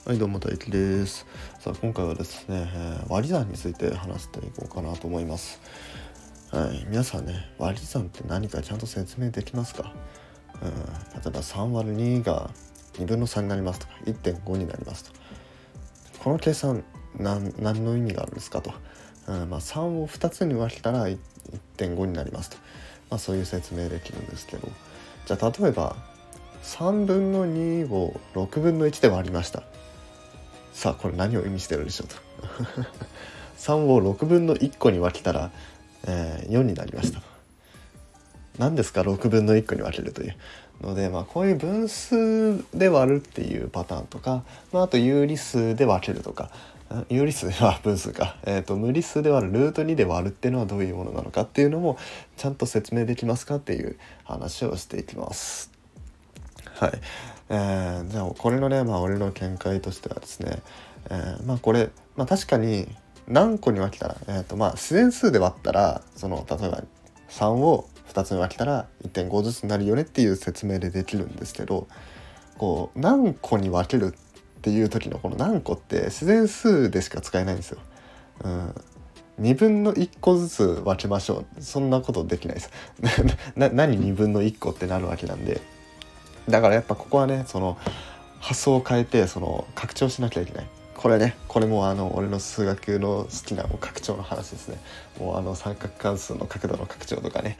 はい、どうも大輝です。さあ、今回はですね、割り算について話していこうかなと思います。はい、皆さんね、割り算って何かちゃんと説明できますか？例えば3割る2が2分の3になりますとか 1.5 になりますと。この計算何の意味があるんですかと。3を2つに分けたら 1.5 になりますと。そういう説明できるんですけど、じゃあ例えば3分の2を6分の1で割りました。さあこれ何を意味してるでしょうと3を6分の1個に分けたら、4になりました。何ですか6分の1個に分けるというので、こういう分数で割るっていうパターンとか、あと有理数で分けるとか、有理数は分数か、無理数で割るルート2で割るっていうのはどういうものなのかっていうのもちゃんと説明できますかっていう話をしていきます。はい、じゃあこれのね、俺の見解としてはですね、これ、確かに何個に分けたら、自然数で割ったら例えば3を2つに分けたら 1.5 ずつになるよねっていう説明でできるんですけど、こう何個に分けるっていう時のこの何個って自然数でしか使えないんですよ。2分の1個ずつ分けましょう、そんなことできないです何2分の1個ってなるわけなんで、だからやっぱここはね、発想を変えて拡張しなきゃいけない。これも俺の数学の好きな拡張の話ですね。もう三角関数の角度の拡張とかね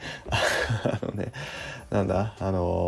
なんだ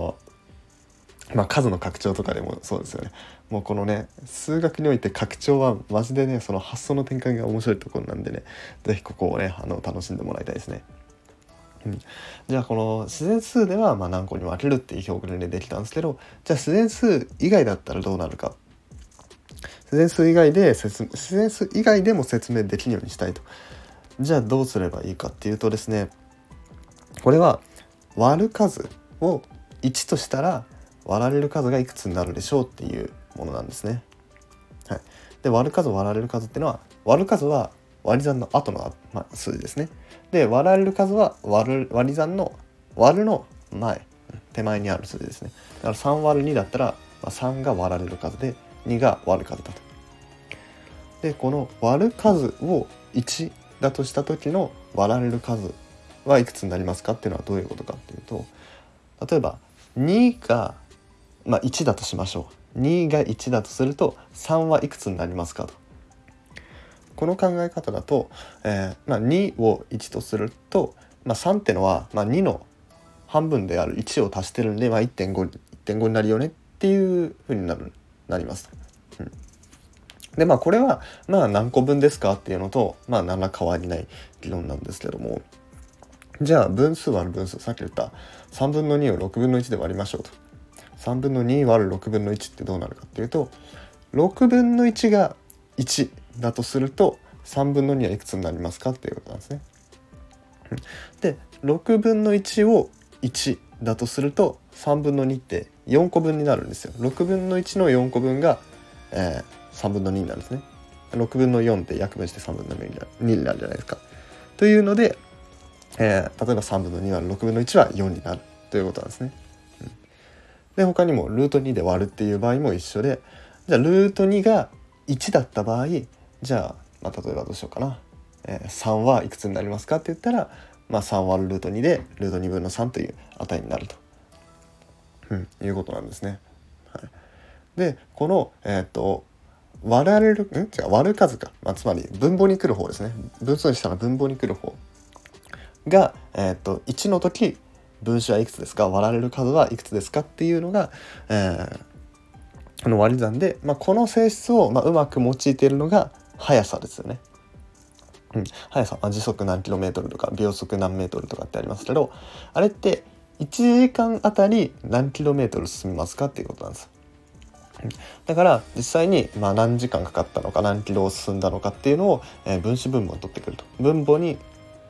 数の拡張とかでもそうですよね。もうこのね、数学において拡張はマジでね、その発想の転換が面白いところなんでね、ぜひここをね楽しんでもらいたいですね。じゃあこの自然数では何個に分けるっていう表現でできたんですけど、じゃあ自然数以外だったらどうなるか。自然数以外でも説明できるようにしたいと。じゃあどうすればいいかっていうとですね、これは割る数を1としたら割られる数がいくつになるでしょうっていうものなんですね。はい、で割る数割られる数っていうのは、割る数は割り算の後の、数字ですね。で割られる数は割り算の割るの手前にある数字ですね。だから3割る2だったら、3が割られる数で2が割る数だと。でこの割る数を1だとした時の割られる数はいくつになりますかっていうのはどういうことかっていうと、例えば2が、1だとしましょう。2が1だとすると3はいくつになりますかと。この考え方だと、2を1とすると、3ってのは、2の半分である1を足してるんで、1.5 になるよねっていう風になります。でこれは何個分ですかっていうのと何ら変わりない議論なんですけども、じゃあ分数割る分数、さっき言った3分の2を6分の1で割りましょうと。3分の2割る6分の1ってどうなるかっていうと、6分の1が1だとすると3分の2はいくつになりますかっていうことなんですね。で6分の1を1だとすると3分の2って4個分になるんですよ。6分の1の4個分が、3分の2になるんですね。6分の4って約分して3分の2になるじゃないですか。というので、例えば3分の2割る6分の1は4になるということなんですね。で他にもルート2で割るっていう場合も一緒で、じゃあルート2が1だった場合、じゃあ、例えばどうしようかな、3はいくつになりますかって言ったら、3割るルート2でルート2分の3という値になると、いうことなんですね。はい、でこの、割る数か、つまり分母に来る方ですね。分数にしたら分母に来る方が、1の時分子はいくつですか、割られる数はいくつですかっていうのが、この割り算で、この性質を、うまく用いているのが速さですよね。速さ、時速何キロメートルとか秒速何メートルとかってありますけど、あれって1時間あたり何キロメートル進みますかっていうことなんです。だから実際に何時間かかったのか何キロを進んだのかっていうのを、分子分母に取ってくると。分母に、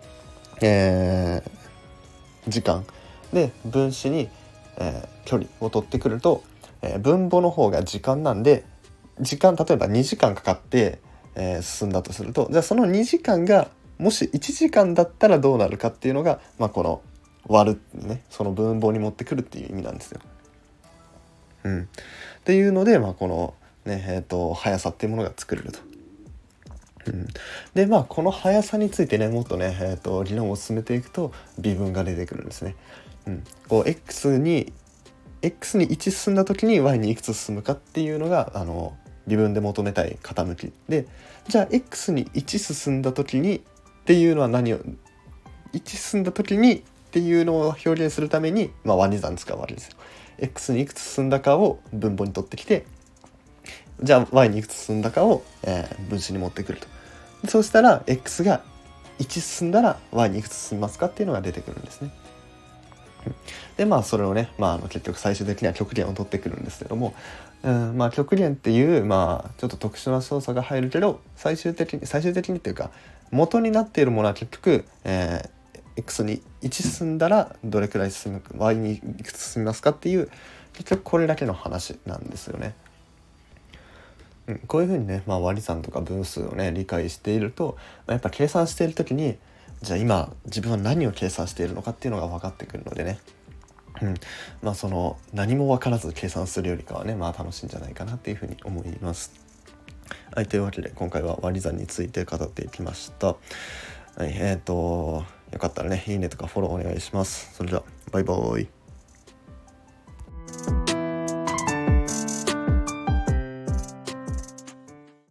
時間で分子に、距離を取ってくると、分母の方が時間なんで、例えば2時間かかって、進んだとすると、じゃあその2時間がもし1時間だったらどうなるかっていうのが、この割るね、その分母に持ってくるっていう意味なんですよ。っていうので、このね、速さっていうものが作れると。でこの速さについてねもっとね、理論を進めていくと微分が出てくるんですね。こう x に1進んだ時に y にいくつ進むかっていうのが微分で求めたい傾きで、じゃあ x に1進んだ時にっていうのは何を1進んだ時にっていうのを表現するために、割り算使うわけですよ。x にいくつ進んだかを分母に取ってきて、じゃあ y にいくつ進んだかを、分子に持ってくると。そうしたら x が1進んだら y にいくつ進みますかっていうのが出てくるんですね。でそれをね、結局最終的には極限を取ってくるんですけども、極限っていうちょっと特殊な操作が入るけど最終的にっていうか元になっているものは結局、x に1進んだらどれくらい進むか y にいくつ進みますかっていう結局これだけの話なんですよね。こういうふうにね、割り算とか分数をね理解していると、やっぱ計算している時にじゃあ今自分は何を計算しているのかっていうのが分かってくるのでね、その何も分からず計算するよりかはね楽しいんじゃないかなっていうふうに思います。はい、というわけで今回は割り算について語っていきました。はい、よかったらねいいねとかフォローお願いします。それではバイバイ。